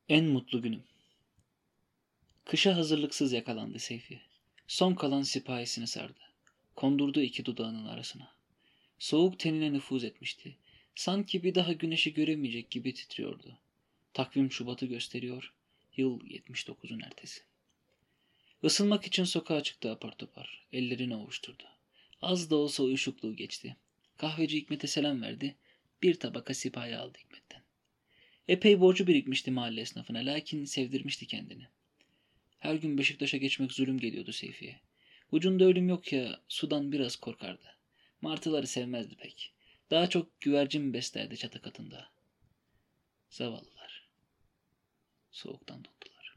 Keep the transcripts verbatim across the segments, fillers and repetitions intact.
En mutlu günüm. Kışa hazırlıksız yakalandı Seyfi. Son kalan sipahisini sardı. Kondurdu iki dudağının arasına. Soğuk tenine nüfuz etmişti. Sanki bir daha güneşi göremeyecek gibi titriyordu. Takvim Şubat'ı gösteriyor. Yıl yetmiş dokuzun ertesi. Isınmak için sokağa çıktı apar topar. Ellerini ovuşturdu. Az da olsa uyuşukluğu geçti. Kahveci Hikmet'e selam verdi. Bir tabaka sipahi aldı Hikmet'ten. Epey borcu birikmişti mahalle esnafına, lakin sevdirmişti kendini. Her gün Beşiktaş'a geçmek zulüm geliyordu Seyfi'ye. Ucunda ölüm yok ya, sudan biraz korkardı. Martıları sevmezdi pek. Daha çok güvercin beslerdi çatı katında. Zavallılar. Soğuktan dondular.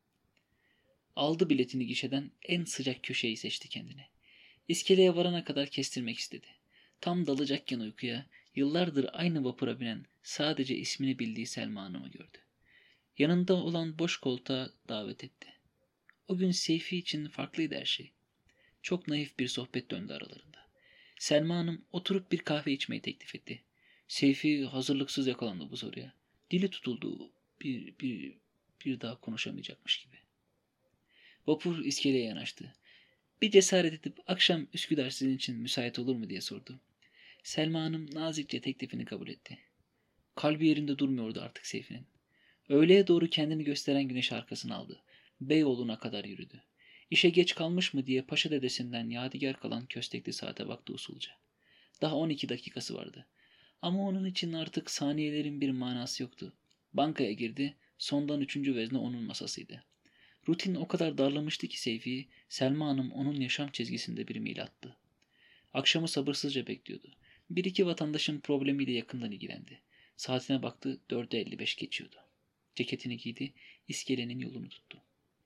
Aldı biletini gişeden, en sıcak köşeyi seçti kendine. İskeleye varana kadar kestirmek istedi. Tam dalacakken uykuya, yıllardır aynı vapura binen, sadece ismini bildiği Selma Hanım'ı gördü. Yanında olan boş koltuğa davet etti. O gün Seyfi için farklıydı her şey. Çok naif bir sohbet döndü aralarında. Selma Hanım oturup bir kahve içmeyi teklif etti. Seyfi hazırlıksız yakalandı bu soruya. Dili tutuldu, bir, bir, bir daha konuşamayacakmış gibi. Vapur iskeleye yanaştı. Bir cesaret edip akşam Üsküdar sizin için müsait olur mu diye sordu. Selma Hanım nazikçe teklifini kabul etti. Kalbi yerinde durmuyordu artık Seyfi'nin. Öğleye doğru kendini gösteren güneş arkasını aldı. Beyoğlu'na kadar yürüdü. İşe geç kalmış mı diye paşa dedesinden yadigar kalan köstekli saate baktı usulca. Daha on iki dakikası vardı. Ama onun için artık saniyelerin bir manası yoktu. Bankaya girdi, sondan üçüncü vezne onun masasıydı. Rutin o kadar darlamıştı ki Seyfi'yi, Selma Hanım onun yaşam çizgisinde bir milattı. Akşamı sabırsızca bekliyordu. Bir iki vatandaşın problemiyle yakından ilgilendi. Saatine baktı, dörde elli beş geçiyordu. Ceketini giydi, iskelenin yolunu tuttu.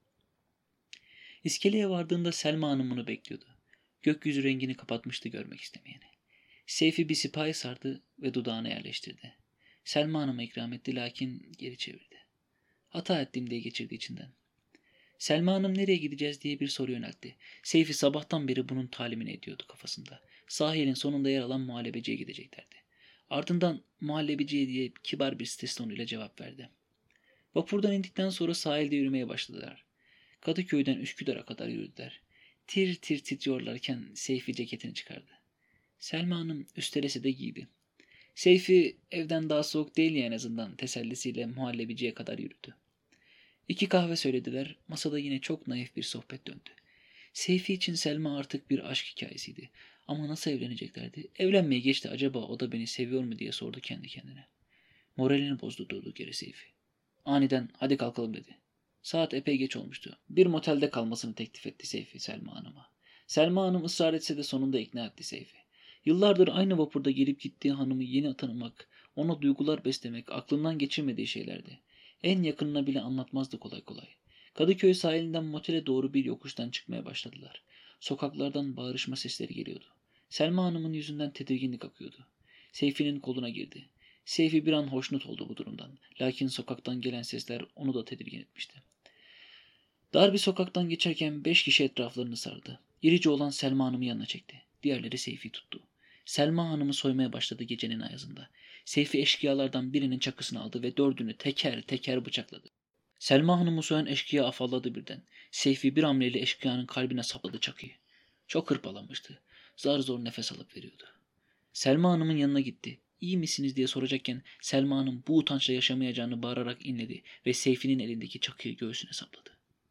İskeleye vardığında Selma Hanım onu bekliyordu. Gökyüzü rengini kapatmıştı görmek istemeyeni. Seyfi bir sipahi sardı ve dudağına yerleştirdi. Selma Hanım'a ikram etti, lakin geri çevirdi. Hata ettim diye geçirdi içinden. Selma Hanım nereye gideceğiz diye bir soru yöneltti. Seyfi sabahtan beri bunun talimini ediyordu kafasında. Sahilin sonunda yer alan muhallebeciye gideceklerdi. Ardından muhallebiciye diye kibar bir ses tonuyla cevap verdi. Vapurdan indikten sonra sahilde yürümeye başladılar. Kadıköy'den Üsküdar'a kadar yürüdüler. Tir tir titriyorlarken Seyfi ceketini çıkardı. Selma Hanım üstelesi de giydi. Seyfi evden daha soğuk değil ya en azından tesellisiyle muhallebiciye kadar yürüdü. İki kahve söylediler. Masada yine çok naif bir sohbet döndü. Seyfi için Selma artık bir aşk hikayesiydi. Ama nasıl evleneceklerdi? Evlenmeye geçti, acaba o da beni seviyor mu diye sordu kendi kendine. Moralini bozdu durduk yere Seyfi. Aniden hadi kalkalım dedi. Saat epey geç olmuştu. Bir motelde kalmasını teklif etti Seyfi Selma Hanım'a. Selma Hanım ısrar etse de sonunda ikna etti Seyfi. Yıllardır aynı vapurda gelip gittiği hanımı yeni tanımak, ona duygular beslemek aklından geçirmediği şeylerdi. En yakınına bile anlatmazdı kolay kolay. Kadıköy sahilinden motele doğru bir yokuştan çıkmaya başladılar. Sokaklardan bağırışma sesleri geliyordu. Selma Hanım'ın yüzünden tedirginlik akıyordu. Seyfi'nin koluna girdi. Seyfi bir an hoşnut oldu bu durumdan. Lakin sokaktan gelen sesler onu da tedirgin etmişti. Dar bir sokaktan geçerken beş kişi etraflarını sardı. İrice olan Selma Hanım'ı yanına çekti. Diğerleri Seyfi'yi tuttu. Selma Hanım'ı soymaya başladı gecenin ayazında. Seyfi eşkıyalardan birinin çakısını aldı ve dördünü teker teker bıçakladı. Selma Hanım'ı soyan eşkıya afalladı birden. Seyfi bir hamleyle eşkıyanın kalbine sapladı çakıyı. Çok hırpalanmıştı. Zar zor nefes alıp veriyordu. Selma Hanım'ın yanına gitti. İyi misiniz diye soracakken Selma Hanım bu utançla yaşamayacağını bağırarak inledi ve Seyfi'nin elindeki çakıyı göğsüne sapladı.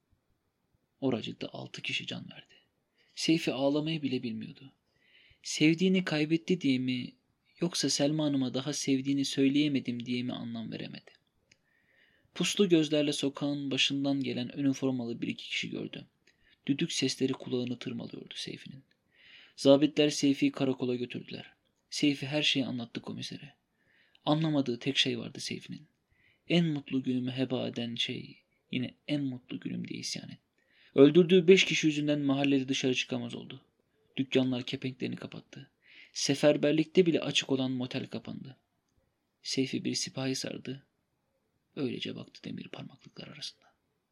Oracıkta altı kişi can verdi. Seyfi ağlamayı bile bilmiyordu. Sevdiğini kaybetti diye mi, yoksa Selma Hanım'a daha sevdiğini söyleyemedim diye mi anlam veremedi. Puslu gözlerle sokağın başından gelen üniformalı bir iki kişi gördü. Düdük sesleri kulağını tırmalıyordu Seyfi'nin. Zabitler Seyfi'yi karakola götürdüler. Seyfi her şeyi anlattı komisere. Anlamadığı tek şey vardı Seyfi'nin. En mutlu günümü heba eden şey, yine en mutlu günüm diye isyan etti. Öldürdüğü beş kişi yüzünden mahalleri dışarı çıkamaz oldu. Dükkanlar kepenklerini kapattı. Seferberlikte bile açık olan motel kapandı. Seyfi bir sipahi sardı. Öylece baktı demir parmaklıklar arasında.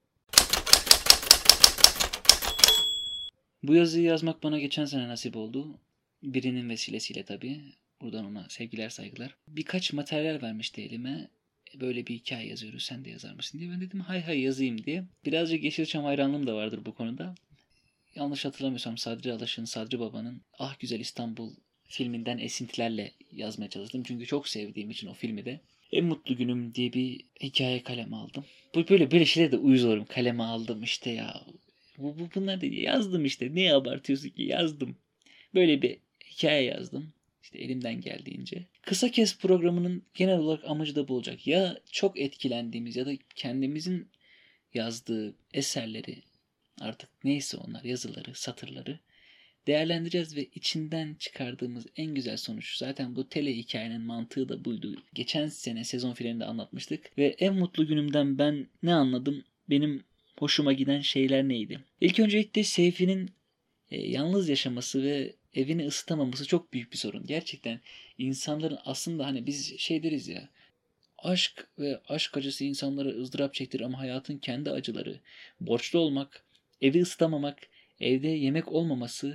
Bu yazıyı yazmak bana geçen sene nasip oldu. Birinin vesilesiyle tabii. Buradan ona sevgiler saygılar. Birkaç materyal vermişti elime. böyle bir hikaye yazıyoruz, sen de yazar mısın diye. Ben dedim hay hay yazayım diye. Birazcık Yeşilçam hayranlığım da vardır bu konuda. Yanlış hatırlamıyorsam Sadri Alış'ın, Sadri Baba'nın Ah Güzel İstanbul filminden esintilerle yazmaya çalıştım. Çünkü çok sevdiğim için o filmi de. En Mutlu Günüm diye bir hikaye kaleme aldım. Bu böyle böyle şeyler de uyuz olurum. Kaleme aldım işte ya. Bu, bu bunlar da yazdım işte. Niye abartıyorsun ki? Yazdım. Böyle bir hikaye yazdım. İşte elimden geldiğince. Kısa Kes programının genel olarak amacı da bu olacak. Ya çok etkilendiğimiz ya da kendimizin yazdığı eserleri, artık neyse onlar, yazıları, satırları değerlendireceğiz ve içinden çıkardığımız en güzel sonuç. Zaten bu tele hikayenin mantığı da buydu. Geçen sene sezon finalinde anlatmıştık ve En Mutlu Günümden ben ne anladım? Benim hoşuma giden şeyler neydi? İlk öncelikle Seyfi'nin e, yalnız yaşaması ve evini ısıtamaması çok büyük bir sorun. Gerçekten insanların aslında hani biz şey deriz ya, aşk ve aşk acısı insanlara ızdırap çektirir ama hayatın kendi acıları, borçlu olmak, evi ısıtamamak, evde yemek olmaması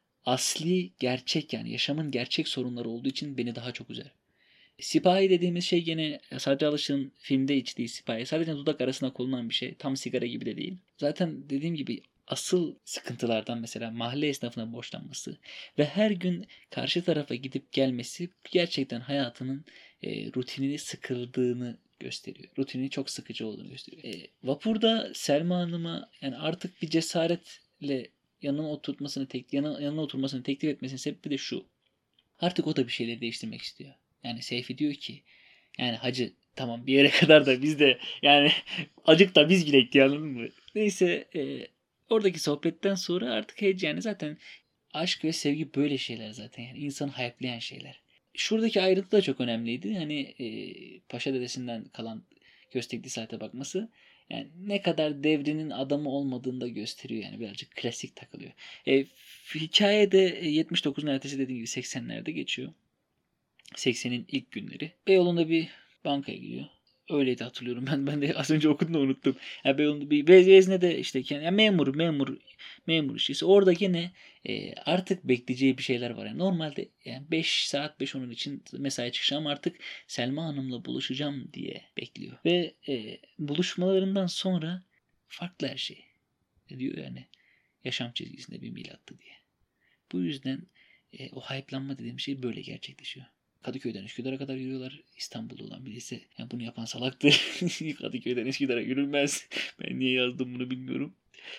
asli gerçek, yani yaşamın gerçek sorunları olduğu için beni daha çok üzer. Sipahi dediğimiz şey gene Sadri Alışık'ın filmde içtiği sipahi. Sadece dudak arasına konulan bir şey. Tam sigara gibi de değil. Zaten dediğim gibi asıl sıkıntılardan mesela mahalle esnafına borçlanması ve her gün karşı tarafa gidip gelmesi gerçekten hayatının e, rutinini sıkıldığını gösteriyor. Rutinin çok sıkıcı olduğunu gösteriyor. E, vapurda Selma Hanım'a yani artık bir cesaretle yanına oturtmasını, tek, yanına, yanına oturmasını teklif etmesinin sebebi de şu. Artık o da bir şeyleri değiştirmek istiyor. Yani Seyfi diyor ki yani hacı tamam bir yere kadar da biz de yani acık da biz bilek diye, anladın mı? Neyse e, oradaki sohbetten sonra artık heyecanı yani zaten aşk ve sevgi böyle şeyler zaten, yani insanı hype'layan şeyler. Şuradaki ayrıntı da çok önemliydi. Hani e, Paşa dedesinden kalan Köstekli Saate bakması. Yani ne kadar devrinin adamı olmadığını da gösteriyor, yani birazcık klasik takılıyor. E, hikayede yetmiş dokuzun ertesi dediğim gibi seksenlerde geçiyor. seksenin ilk günleri. Beyoğlu'nda bir bankaya gidiyor. Öyleydi hatırlıyorum. Ben ben de az önce okudum da unuttum. Yani Beyoğlu'nda bir vezne de işte yani memur memur memur işçisi. Orada gene e, artık bekleyeceği bir şeyler var. Yani normalde yani beş saat beş onun için mesai çıkacağım, artık Selma Hanım'la buluşacağım diye bekliyor. Ve e, buluşmalarından sonra farklı her şey. Ne diyor yani, yaşam çizgisinde bir milattı diye. Bu yüzden e, o hype'lanma dediğim şey böyle gerçekleşiyor. Kadıköy'den Üsküdar'a kadar yürüyorlar. İstanbul'da olan birisi. Yani bunu yapan salaktı. Kadıköy'den Üsküdar'a yürülmez. Ben niye yazdım bunu bilmiyorum.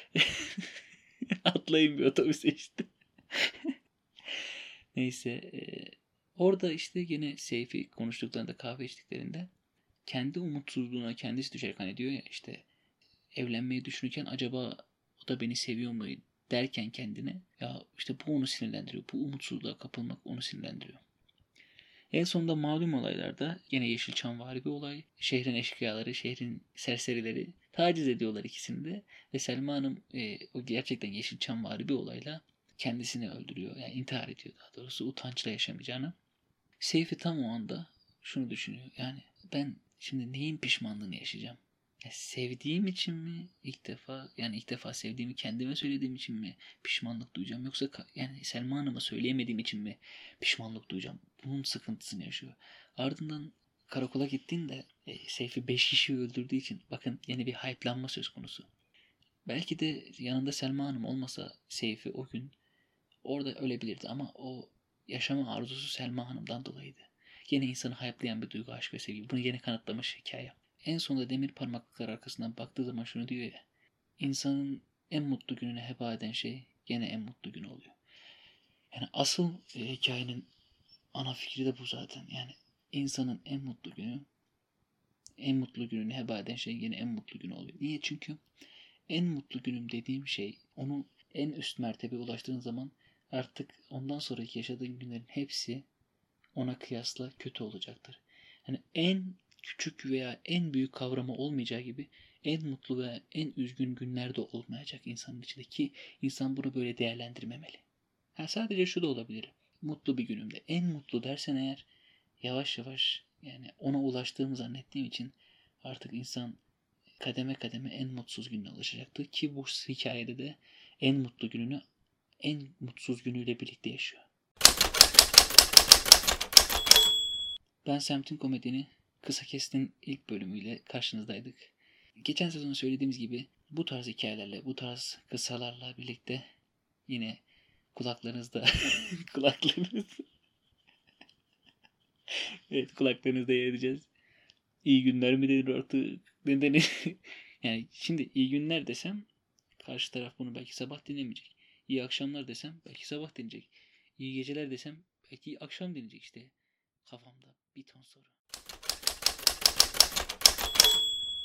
Atlayın bir otobüse işte. Neyse. E, orada işte gene Seyfi konuştuklarında, kahve içtiklerinde kendi umutsuzluğuna kendisi düşerek hani diyor ya işte evlenmeyi düşünürken acaba o da beni seviyor mu derken kendine, ya işte bu onu sinirlendiriyor. Bu umutsuzluğa kapılmak onu sinirlendiriyor. En sonunda malum olaylarda yine Yeşilçamvari bir olay. Şehrin eşkıyaları, şehrin serserileri taciz ediyorlar ikisini de. Ve Selma Hanım e, o gerçekten Yeşilçamvari bir olayla kendisini öldürüyor. Yani intihar ediyor daha doğrusu, utançla yaşamayacağını. Seyfi tam o anda şunu düşünüyor. Yani ben şimdi neyin pişmanlığını yaşayacağım? Ya sevdiğim için mi ilk defa, yani ilk defa sevdiğimi kendime söylediğim için mi pişmanlık duyacağım, yoksa yani Selma Hanım'a söyleyemediğim için mi pişmanlık duyacağım? Bunun sıkıntısını yaşıyor. Ardından karakola gittiğinde e, Seyfi beş kişiyi öldürdüğü için bakın yeni bir hype'lanma söz konusu. Belki de yanında Selma Hanım olmasa Seyfi o gün orada ölebilirdi ama o yaşama arzusu Selma Hanım'dan dolayıydı. Yine insanı hype'layan bir duygu, aşk ve sevgi. Bunu yine kanıtlamış hikaye. En sonunda demir parmaklıklar arkasından baktığı zaman şunu diyor ya. İnsanın en mutlu gününü heba eden şey gene en mutlu günü oluyor. Yani asıl e, hikayenin ana fikri de bu zaten. Yani insanın en mutlu günü, en mutlu gününü heba eden şey gene en mutlu günü oluyor. Niye? Çünkü en mutlu günüm dediğim şey, onu en üst mertebeye ulaştığın zaman artık ondan sonraki yaşadığın günlerin hepsi ona kıyasla kötü olacaktır. Yani en küçük veya en büyük kavramı olmayacağı gibi en mutlu veya en üzgün günlerde olmayacak insanın içindeki, insan bunu böyle değerlendirmemeli. Yani sadece şu da olabilir. Mutlu bir günümde en mutlu dersen eğer, yavaş yavaş yani ona ulaştığımı zannettiğim için artık insan kademe kademe en mutsuz gününe ulaşacaktır ki bu hikayede de en mutlu gününü en mutsuz günüyle birlikte yaşıyor. Ben semtin komedini Kısa Kes'in ilk bölümüyle karşınızdaydık. Geçen sezon söylediğimiz gibi bu tarz hikayelerle, bu tarz kısalarla birlikte yine kulaklarınızda kulaklarınız evet kulaklarınızda yer edeceğiz. İyi günler mi denir artık? Ne denir? Yani şimdi iyi günler desem karşı taraf bunu belki sabah dinlemeyecek. İyi akşamlar desem belki sabah dinleyecek. İyi geceler desem belki akşam dinleyecek işte. Kafamda bir ton soru.